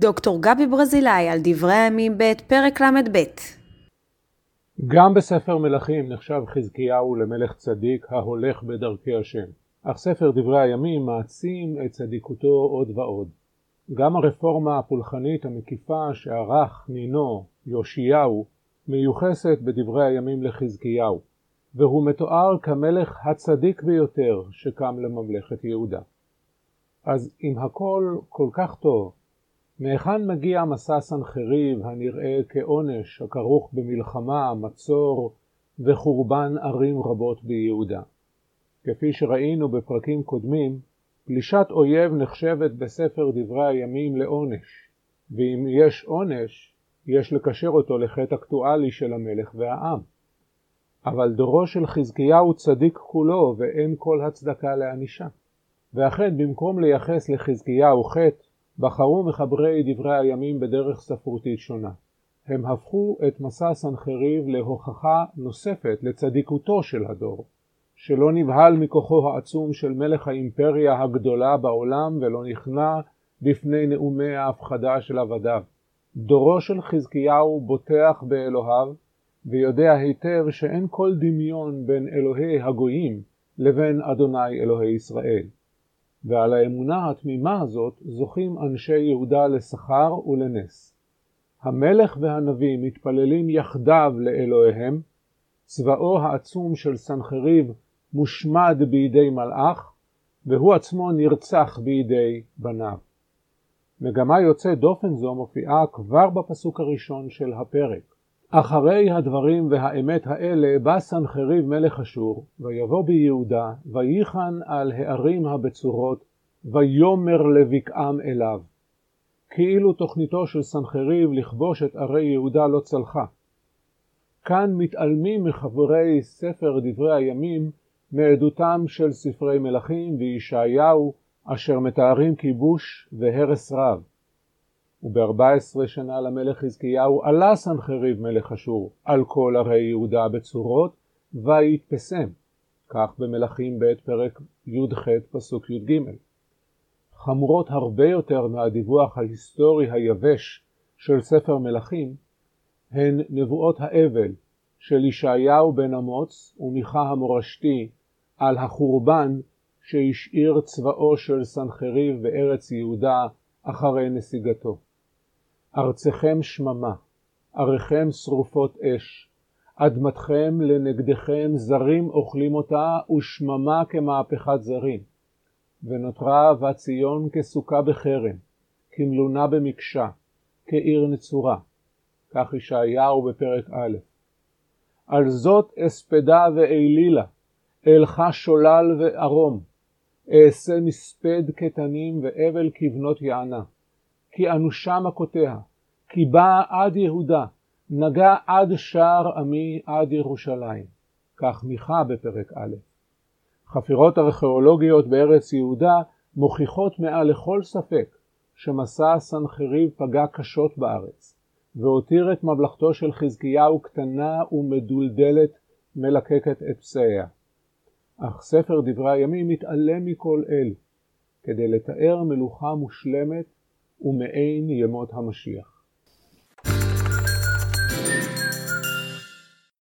דוקטור גבי ברזילאי על דברי הימים ב' פרק ל"ב. גם בספר מלכים נחשב חזקיהו למלך צדיק ההולך בדרכי השם, אך ספר דברי הימים מעצים את צדיקותו עוד ועוד. גם הרפורמה הפולחנית המקיפה שערך נינו יאשיהו מיוחסת בדברי הימים לחזקיהו, והוא מתואר כמלך הצדיק ביותר שקם לממלכת יהודה. אז אם הכל כל כך טוב, מהיכן מגיע מסע סנחריב הנראה כעונש הכרוך במלחמה, מצור וחורבן ערים רבות ביהודה? כפי שראינו בפרקים קודמים, פלישת אויב נחשבת בספר דברי הימים לעונש, ואם יש עונש, יש לקשר אותו לחטא אקטואלי של המלך והעם. אבל דורו של חזקיהו צדיק כולו ואין כל הצדקה לענישה. ואכן במקום לייחס לחזקיהו חטא, בחרו מחברי דברי הימים בדרך ספרותית שונה. הם הפכו את מסע סנחריב להוכחה נוספת לצדיקותו של הדור, שלא נבהל מכוחו העצום של מלך האימפריה הגדולה בעולם ולא נכנע בפני נאומי ההפחדה של עבדיו. דורו של חזקיהו בוטח באלוהיו ויודע היטב שאין כל דמיון בין אלוהי הגויים לבין אדוני אלוהי ישראל. ועל האמונה התמימה הזאת זוכים אנשי יהודה לשכר ולנס. המלך והנביא מתפללים יחדיו לאלוהיהם, צבאו העצום של סנחריב מושמד בידי מלאך, והוא עצמו נרצח בידי בניו. מגמה יוצאת דופן זו מופיעה כבר בפסוק הראשון של הפרק. אחרי הדברים והאמת האלה בא סנחריב מלך אשור, ויבוא ביהודה, וייחן על הערים הבצורות, ויומר לבקעם אליו. כאילו תוכניתו של סנחריב לכבוש את ערי יהודה לא צלחה. כאן מתעלמים מחברי ספר דברי הימים מעדותם של ספרי מלכים וישעיהו, אשר מתארים כיבוש והרס רב. וב-14 שנה למלך חזקיהו עלה סנחריב מלך אשור על כל ערי יהודה בצורות ויתפסם, כך במלכים ב' פרק י"ח פסוק י"ג. חמורות הרבה יותר מהדיווח ההיסטורי היבש של ספר מלכים הן נבואות האבל של ישעיהו בן אמוץ ומיכה המורשתי על החורבן שהשאיר צבאו של סנחריב בארץ יהודה אחרי נסיגתו. ארצכם שממה, עריכם שרופות אש, אדמתכם לנגדכם זרים אוכלים אותה ושממה כמהפכת זרים. ונותרה ציון כסוכה בחרם, כמלונה במקשה, כעיר נצורה. כך ישעיהו בפרק א'. על זאת אספדה ואלילה, אלך שולל וערום, אעשה מספד קטנים ואבל כבנות יענה. כי אנושה מכותיה, כי באה עד יהודה, נגע עד שער עמי עד ירושלים. כך מיכה בפרק א'. חפירות ארכיאולוגיות בארץ יהודה מוכיחות מעל לכל ספק שמסע סנחריב פגע קשות בארץ, והותיר את ממלכתו של חזקיהו קטנה ומדולדלת מלקקת את פסעיה. אך ספר דברי הימים מתעלם מכל אל, כדי לתאר מלוכה מושלמת ומעין ימות המשיח.